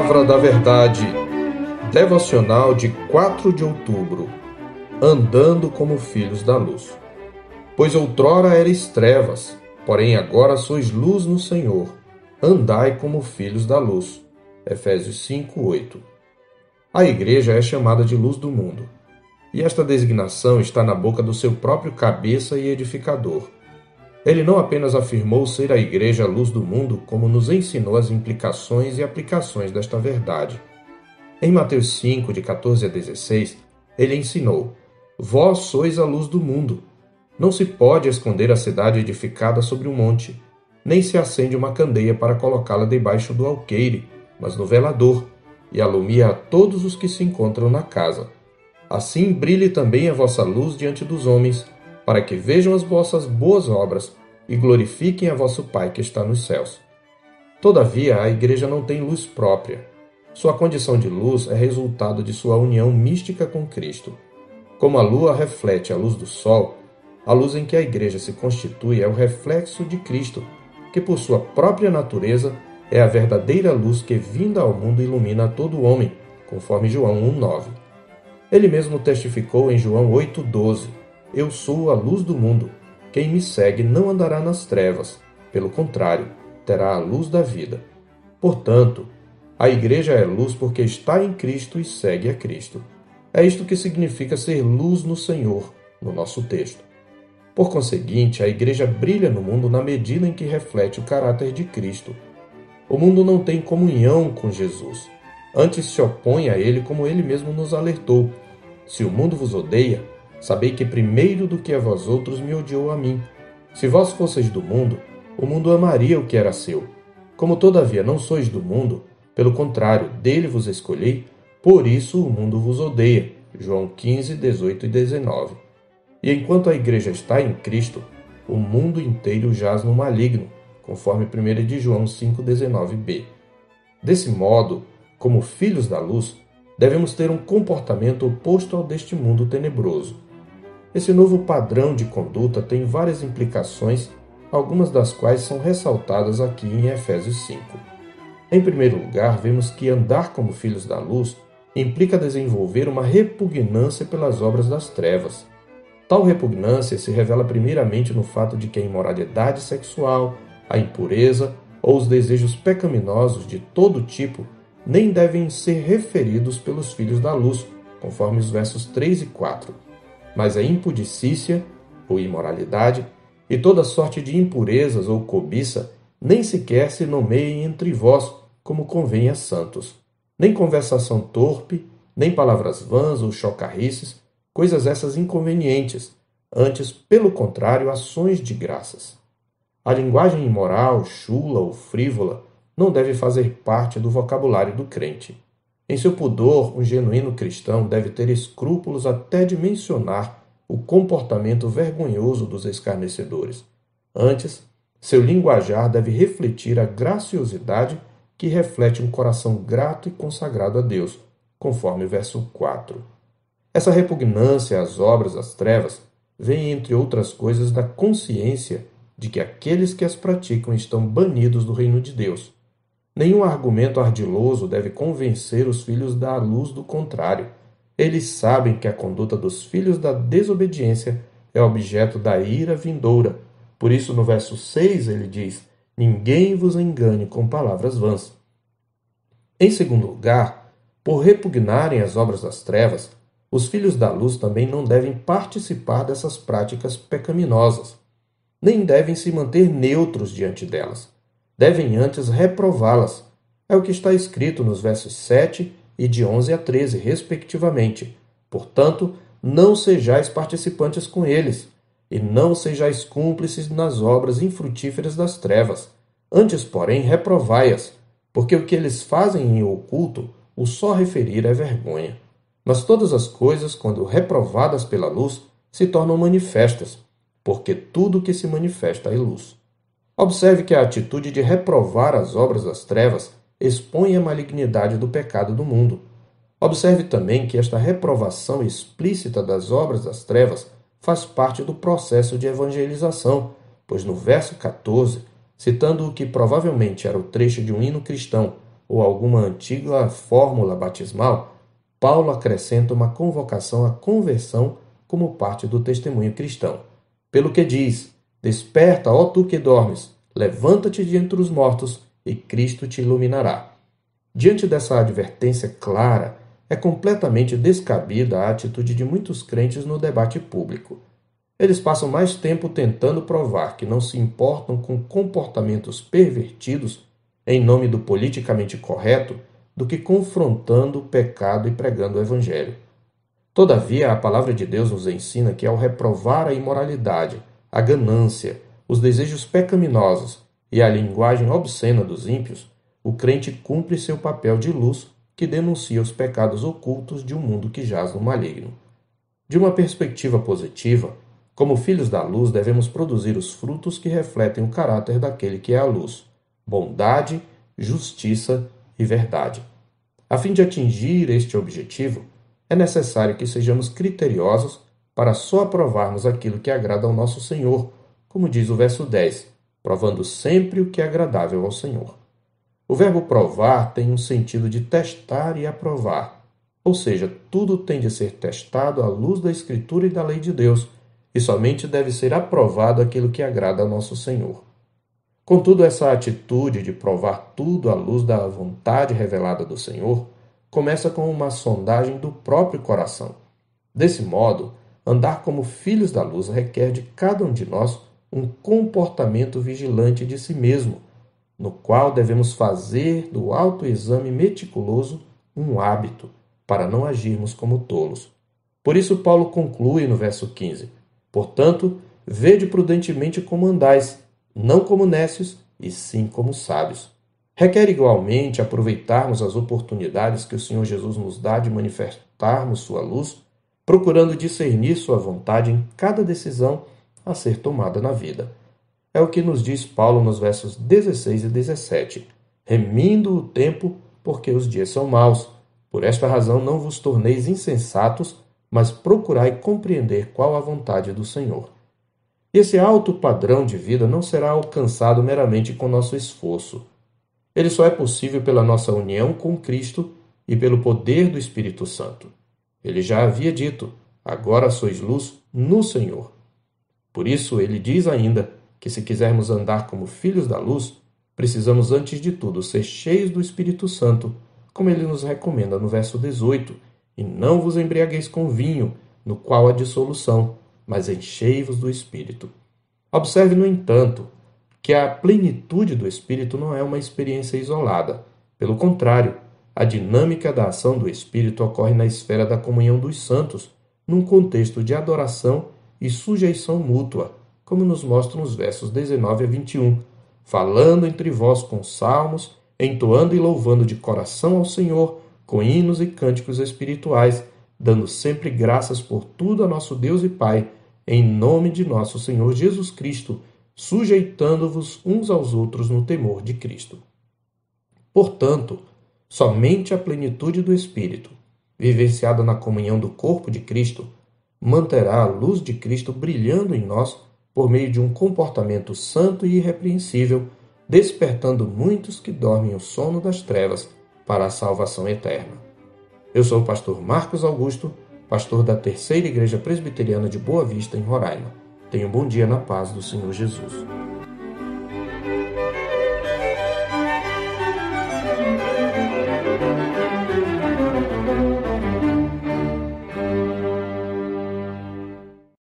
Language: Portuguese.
Palavra da Verdade, devocional de 4 de outubro, andando como filhos da luz. Pois outrora erais trevas, porém agora sois luz no Senhor. Andai como filhos da luz. Efésios 5:8. A igreja é chamada de luz do mundo, e esta designação está na boca do seu próprio cabeça e edificador. Ele não apenas afirmou ser a igreja a luz do mundo, como nos ensinou as implicações e aplicações desta verdade. Em Mateus 5, de 14 a 16, ele ensinou: Vós sois a luz do mundo. Não se pode esconder a cidade edificada sobre um monte, nem se acende uma candeia para colocá-la debaixo do alqueire, mas no velador, e alumia a todos os que se encontram na casa. Assim brilhe também a vossa luz diante dos homens, para que vejam as vossas boas obras e glorifiquem a vosso Pai que está nos céus. Todavia, a igreja não tem luz própria. Sua condição de luz é resultado de sua união mística com Cristo. Como a lua reflete a luz do sol, a luz em que a igreja se constitui é o reflexo de Cristo, que por sua própria natureza é a verdadeira luz que, vinda ao mundo, ilumina a todo homem, conforme João 1,9. Ele mesmo testificou em João 8,12: Eu sou a luz do mundo. Quem me segue não andará nas trevas. Pelo contrário, terá a luz da vida. Portanto, a igreja é luz porque está em Cristo e segue a Cristo. É isto que significa ser luz no Senhor, no nosso texto. Por conseguinte, a igreja brilha no mundo na medida em que reflete o caráter de Cristo. O mundo não tem comunhão com Jesus. Antes se opõe a ele, como ele mesmo nos alertou: Se o mundo vos odeia, sabei que primeiro do que a vós outros me odiou a mim. Se vós fosseis do mundo, o mundo amaria o que era seu. Como todavia não sois do mundo, pelo contrário, dele vos escolhi, por isso o mundo vos odeia. João 15, 18 e 19. E enquanto a igreja está em Cristo, o mundo inteiro jaz no maligno, conforme 1 de João 5,19b. Desse modo, como filhos da luz, devemos ter um comportamento oposto ao deste mundo tenebroso. Esse novo padrão de conduta tem várias implicações, algumas das quais são ressaltadas aqui em Efésios 5. Em primeiro lugar, vemos que andar como filhos da luz implica desenvolver uma repugnância pelas obras das trevas. Tal repugnância se revela primeiramente no fato de que a imoralidade sexual, a impureza ou os desejos pecaminosos de todo tipo nem devem ser referidos pelos filhos da luz, conforme os versos 3 e 4. Mas a impudicícia, ou imoralidade, e toda sorte de impurezas ou cobiça nem sequer se nomeiem entre vós, como convém a santos. Nem conversação torpe, nem palavras vãs ou chocarrices, coisas essas inconvenientes, antes, pelo contrário, ações de graças. A linguagem imoral, chula ou frívola não deve fazer parte do vocabulário do crente. Em seu pudor, um genuíno cristão deve ter escrúpulos até de mencionar o comportamento vergonhoso dos escarnecedores. Antes, seu linguajar deve refletir a graciosidade que reflete um coração grato e consagrado a Deus, conforme o verso 4. Essa repugnância às obras das trevas vem, entre outras coisas, da consciência de que aqueles que as praticam estão banidos do reino de Deus. Nenhum argumento ardiloso deve convencer os filhos da luz do contrário. Eles sabem que a conduta dos filhos da desobediência é objeto da ira vindoura. Por isso, no verso 6, ele diz: Ninguém vos engane com palavras vãs. Em segundo lugar, por repugnarem as obras das trevas, os filhos da luz também não devem participar dessas práticas pecaminosas, nem devem se manter neutros diante delas. Devem antes reprová-las. É o que está escrito nos versos 7 e de 11 a 13, respectivamente. Portanto, não sejais participantes com eles, e não sejais cúmplices nas obras infrutíferas das trevas. Antes, porém, reprovai-as, porque o que eles fazem em oculto, o só referir é vergonha. Mas todas as coisas, quando reprovadas pela luz, se tornam manifestas, porque tudo que se manifesta é luz. Observe que a atitude de reprovar as obras das trevas expõe a malignidade do pecado do mundo. Observe também que esta reprovação explícita das obras das trevas faz parte do processo de evangelização, pois no verso 14, citando o que provavelmente era o trecho de um hino cristão, ou alguma antiga fórmula batismal, Paulo acrescenta uma convocação à conversão como parte do testemunho cristão. Pelo que diz: Desperta, ó tu que dormes, levanta-te de entre os mortos, e Cristo te iluminará. Diante dessa advertência clara, é completamente descabida a atitude de muitos crentes no debate público. Eles passam mais tempo tentando provar que não se importam com comportamentos pervertidos em nome do politicamente correto do que confrontando o pecado e pregando o evangelho. Todavia, a palavra de Deus nos ensina que ao reprovar a imoralidade, a ganância, os desejos pecaminosos e a linguagem obscena dos ímpios, o crente cumpre seu papel de luz que denuncia os pecados ocultos de um mundo que jaz no maligno. De uma perspectiva positiva, como filhos da luz, devemos produzir os frutos que refletem o caráter daquele que é a luz: bondade, justiça e verdade. A fim de atingir este objetivo, é necessário que sejamos criteriosos para só aprovarmos aquilo que agrada ao nosso Senhor, como diz o verso 10, provando sempre o que é agradável ao Senhor. O verbo provar tem um sentido de testar e aprovar, ou seja, tudo tem de ser testado à luz da Escritura e da lei de Deus, e somente deve ser aprovado aquilo que agrada ao nosso Senhor. Contudo, essa atitude de provar tudo à luz da vontade revelada do Senhor começa com uma sondagem do próprio coração. Desse modo, andar como filhos da luz requer de cada um de nós um comportamento vigilante de si mesmo, no qual devemos fazer do autoexame meticuloso um hábito, para não agirmos como tolos. Por isso Paulo conclui no verso 15: Portanto, vede prudentemente como andais, não como nécios, e sim como sábios. Requer igualmente aproveitarmos as oportunidades que o Senhor Jesus nos dá de manifestarmos sua luz, procurando discernir sua vontade em cada decisão a ser tomada na vida. É o que nos diz Paulo nos versos 16 e 17. Remindo o tempo, porque os dias são maus. Por esta razão não vos torneis insensatos, mas procurai compreender qual a vontade do Senhor. Esse alto padrão de vida não será alcançado meramente com nosso esforço. Ele só é possível pela nossa união com Cristo e pelo poder do Espírito Santo. Ele já havia dito: agora sois luz no Senhor. Por isso, ele diz ainda que se quisermos andar como filhos da luz, precisamos antes de tudo ser cheios do Espírito Santo, como ele nos recomenda no verso 18, e não vos embriagueis com vinho, no qual há dissolução, mas enchei-vos do Espírito. Observe, no entanto, que a plenitude do Espírito não é uma experiência isolada. Pelo contrário, a dinâmica da ação do Espírito ocorre na esfera da comunhão dos santos, num contexto de adoração e sujeição mútua, como nos mostram os versos 19 a 21, falando entre vós com salmos, entoando e louvando de coração ao Senhor, com hinos e cânticos espirituais, dando sempre graças por tudo a nosso Deus e Pai, em nome de nosso Senhor Jesus Cristo, sujeitando-vos uns aos outros no temor de Cristo. Portanto, somente a plenitude do Espírito, vivenciada na comunhão do corpo de Cristo, manterá a luz de Cristo brilhando em nós por meio de um comportamento santo e irrepreensível, despertando muitos que dormem o sono das trevas para a salvação eterna. Eu sou o pastor Marcos Augusto, pastor da Terceira Igreja Presbiteriana de Boa Vista, em Roraima. Tenha um bom dia na paz do Senhor Jesus.